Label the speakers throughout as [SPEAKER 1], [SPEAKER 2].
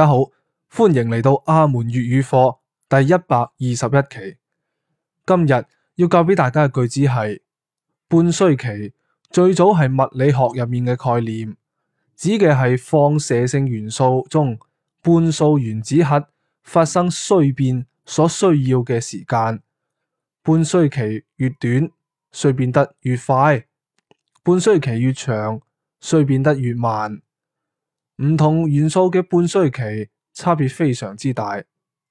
[SPEAKER 1] 家好，歡迎嚟到阿門粵語課第121期。今日要教俾大家嘅句子係半衰期，最早係物理學入面嘅概念，指嘅係放射性元素中半數原子核發生衰變所需要嘅時間。半衰期越短，衰變得越快；半衰期越長，衰變得越慢。唔同元素嘅半衰期差別非常之大，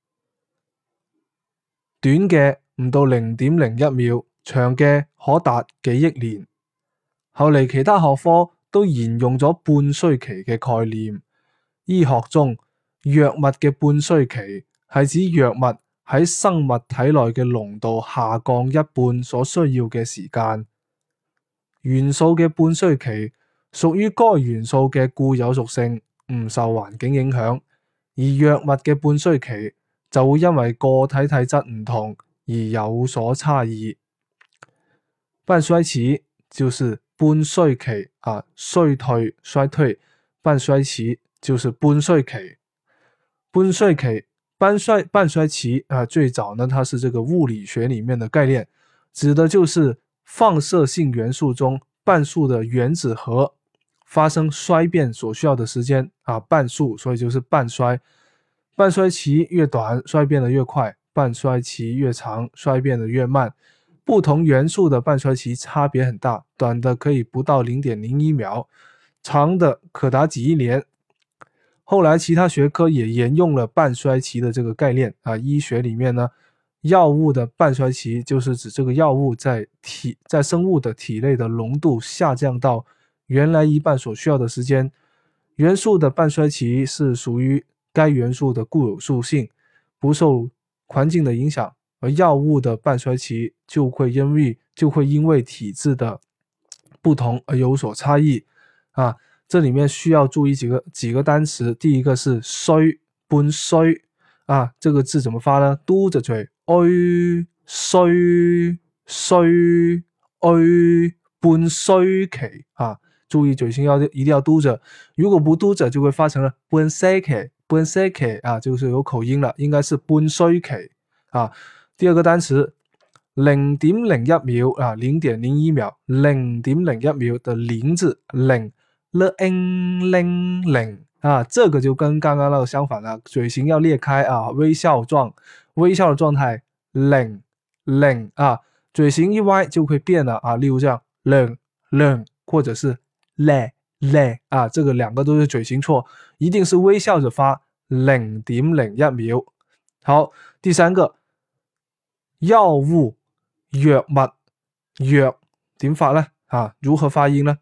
[SPEAKER 1] 短嘅唔到0.01秒，長嘅可達幾億年。後嚟其他學科都沿用咗半衰期嘅概念。醫學中，藥物嘅半衰期係指藥物喺生物體內嘅濃度下降一半所需要嘅時間。元素嘅半衰期屬於該元素嘅固有屬性，唔受環境影響，而藥物嘅半衰期就會因為個體體質唔同而有所差異。半衰期就是半衰期啊，衰退，半衰期就是半衰期。半衰期啊，最早呢，它是這個物理學裏面的概念，指的就是放射性元素中半數的原子核發生衰變所需要的時間啊，半數，所以就是半衰。半衰期越短，衰變得越快；半衰期越長，衰變得越慢。不同元素的半衰期差別很大，短的可以不到0.01秒，長的可達幾億年。後來其他學科也沿用了半衰期的這個概念啊，醫學裏面呢，藥物的半衰期就是指這個藥物在生物的體內的濃度下降到原來一半所需要的時間。元素的半衰期是屬於該元素的固有屬性，不受環境的影響，而藥物的半衰期就會因為體質的不同而有所差異啊。這裏面需要注意幾個單詞，第一個是衰，半衰啊，這個字怎麼發呢？嘟着嘴，衰，半衰期啊，注意嘴型一定要嘟着，如果不嘟着就會發成了半衰期啊，就是有口音了，應該是半衰期啊。第二個單詞0.01秒啊，0.01秒，0.01秒的零字零零啊，這個就跟剛剛那個相反了，嘴型要裂開啊，微笑的狀態零啊，嘴型一歪就會變了啊，例如這樣冷，或者是咧啊，這個兩個都是嘴型錯，一定是微笑着發0.01秒。好，第三個藥物點發呢啊？如何發音呢？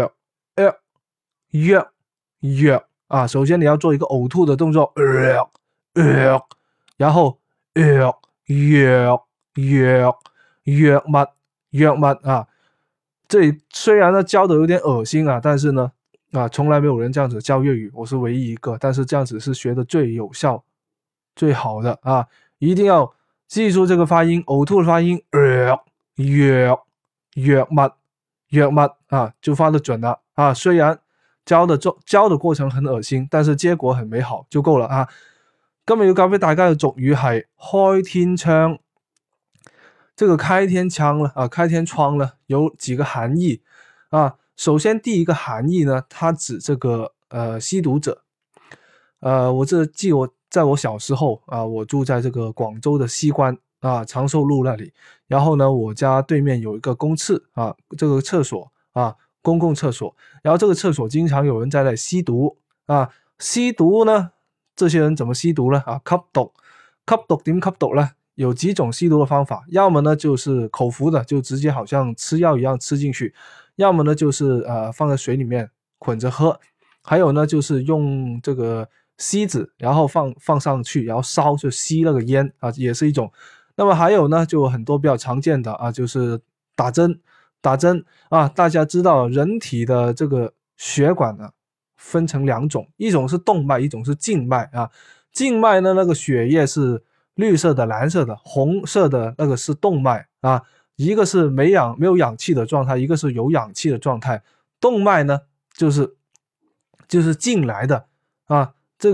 [SPEAKER 1] 藥啊，首先你要做一個嘔吐的動作，然後藥物啊，這裡雖然呢教的有點惡心啊，但是呢從來沒有人這樣子教粵語，我是唯一一個，但是這樣子是學的最有效最好的啊，一定要記住這個發音，嘔吐的發音，藥物啊，就發得準了啊，雖然教的過程很惡心，但是結果很美好就夠了啊。今日要教俾大家嘅俗語係開天窗。這個開天窗呢有幾個含義啊。首先第一個含義呢，它指這個吸毒者。我在我小時候啊，我住在這個廣州的西關啊，長壽路那裡，然後呢我家對面有一個公廁啊，這個廁所啊，公共廁所，然後這個廁所經常有人在那吸毒啊。吸毒呢，這些人怎麼吸毒呢？啊，吸毒點吸毒呢？有幾種吸毒的方法，要麼呢就是口服的，就直接好像吃藥一樣吃進去，要麼呢就是放在水裡面混着喝，還有呢就是用這個錫紙然後放上去，然後燒就吸那個煙啊，也是一種。那麼還有呢就很多比較常見的啊，就是打針啊。大家知道人體的這個血管呢分成兩種，一種是動脈，一種是靜脈啊。靜脈呢那個血液是綠色的、藍色的、紅色的，那個是動脈啊。一個是沒有氧氣的狀態，一個是有氧氣的狀態。動脈呢就是進來的啊，這個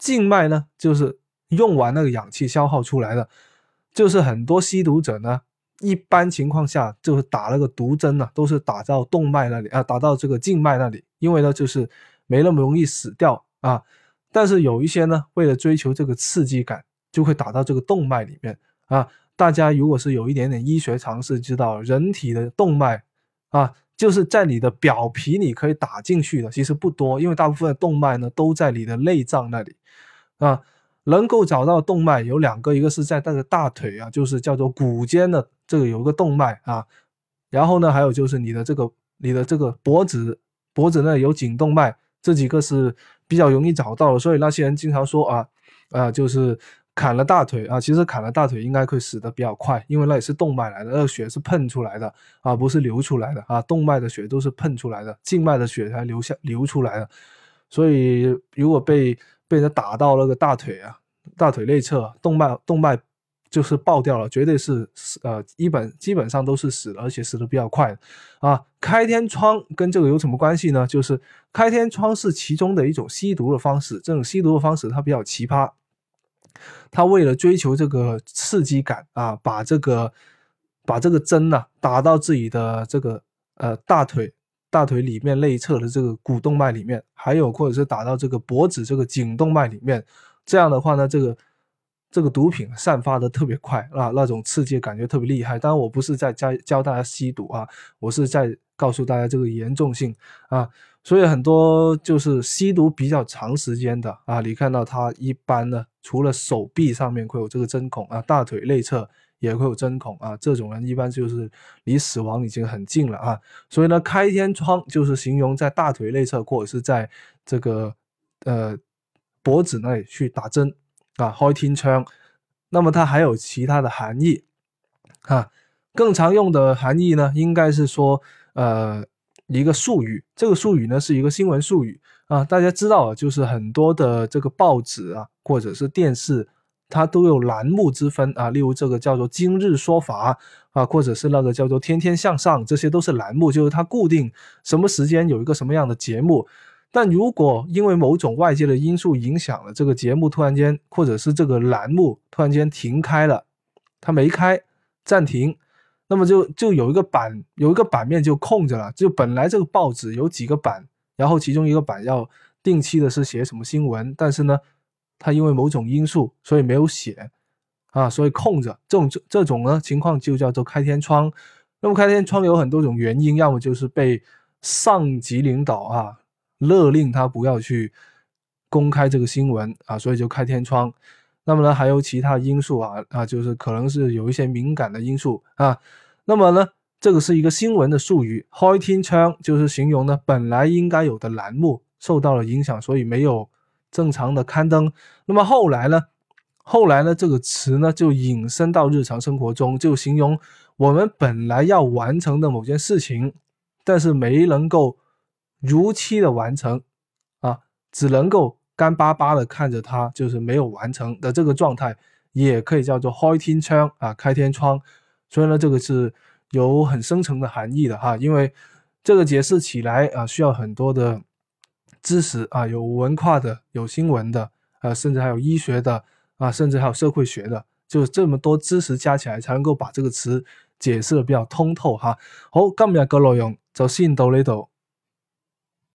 [SPEAKER 1] 靜脈呢就是用完那個氧氣消耗出來的，就是很多吸毒者呢一般情況下就是打那個毒針啊，都是打到動脈那裡啊，打到這個靜脈那裡，因為呢就是沒那麼容易死掉啊。但是有一些呢為了追求這個刺激感，就會打到這個動脈裡面啊。大家如果是有一點點醫學常識，知道人體的動脈啊，就是在你的表皮你可以打進去的，其實不多，因為大部分的動脈呢都在你的內臟那裡啊。能夠找到動脈有兩個，一個是在那個大腿啊，就是叫做股間的這個有個動脈啊，然後呢還有就是你的這個脖子呢有頸動脈，這幾個是比較容易找到的。所以那些人經常說就是砍了大腿啊，其實砍了大腿應該會死得比較快，因為那也是動脈來的，那個血是噴出來的啊，不是流出來的啊，動脈的血都是噴出來的，靜脈的血才流出來的。所以如果被人打到那個大腿啊，大腿內側動脈就是爆掉了，絕對是基本上都是死了，而且死得比較快啊。開天窗跟這個有什麼關係呢？就是開天窗是其中的一種吸毒的方式，這種吸毒的方式它比較奇葩，它為了追求這個刺激感啊，把這個針啊打到自己的這個大腿裏面內側的這個股動脈裏面，還有或者是打到這個脖子這個頸動脈裏面，這樣的話呢，這個毒品散發得特別快啊，那種刺激感覺特別厲害。當然我不是在教大家吸毒啊，我是在告訴大家這個嚴重性啊。所以很多就是吸毒比較長時間的啊，你看到它一般呢，除了手臂上面會有這個針孔啊，大腿內側也會有針孔啊，這種人一般就是離死亡已經很近了啊。所以呢，開天窗就是形容在大腿內側或者是在這個脖子那裡去打針啊，開天窗。那麼它還有其他的含義啊，更常用的含義呢，應該是說一個術語，這個術語呢是一個新聞術語啊。大家知道就是很多的這個報紙啊，或者是電視，它都有欄目之分啊。例如這個叫做今日說法啊，或者是那個叫做天天向上，這些都是欄目，就是它固定什麼時間有一個什麼樣的節目。但如果因為某種外界的因素影響了這個節目突然間，或者是這個欄目突然間停開了，它沒開，暫停，那麼就有一個版面就空着了，就本來這個報紙有幾個版，然後其中一個版要定期的是寫什麼新聞，但是呢它因為某種因素所以沒有寫啊，所以空着，這種呢情況就叫做開天窗。那麼開天窗有很多種原因，要麼就是被上級領導啊勒令他不要去公開這個新聞啊，所以就開天窗。那麼呢還有其他因素啊，就是可能是有一些敏感的因素啊。那麼呢這個是一個新聞的術語，開天窗就是形容呢本來應該有的欄目受到了影響，所以沒有正常的刊登。那麼後來呢這個詞呢就引申到日常生活中，就形容我們本來要完成的某件事情，但是沒能夠如期的完成啊，只能夠乾巴巴的看着它，就是沒有完成的這個狀態，也可以叫做開天窗啊，開天窗。所以呢，這個是有很深層的含義的哈，因為這個解釋起來啊，需要很多的知識啊，有文化的，有新聞的，甚至還有醫學的啊，甚至還有社會學的，就這麼多知識加起來，才能夠把這個詞解釋得比較通透哈。好，今日嘅內容就先到呢度。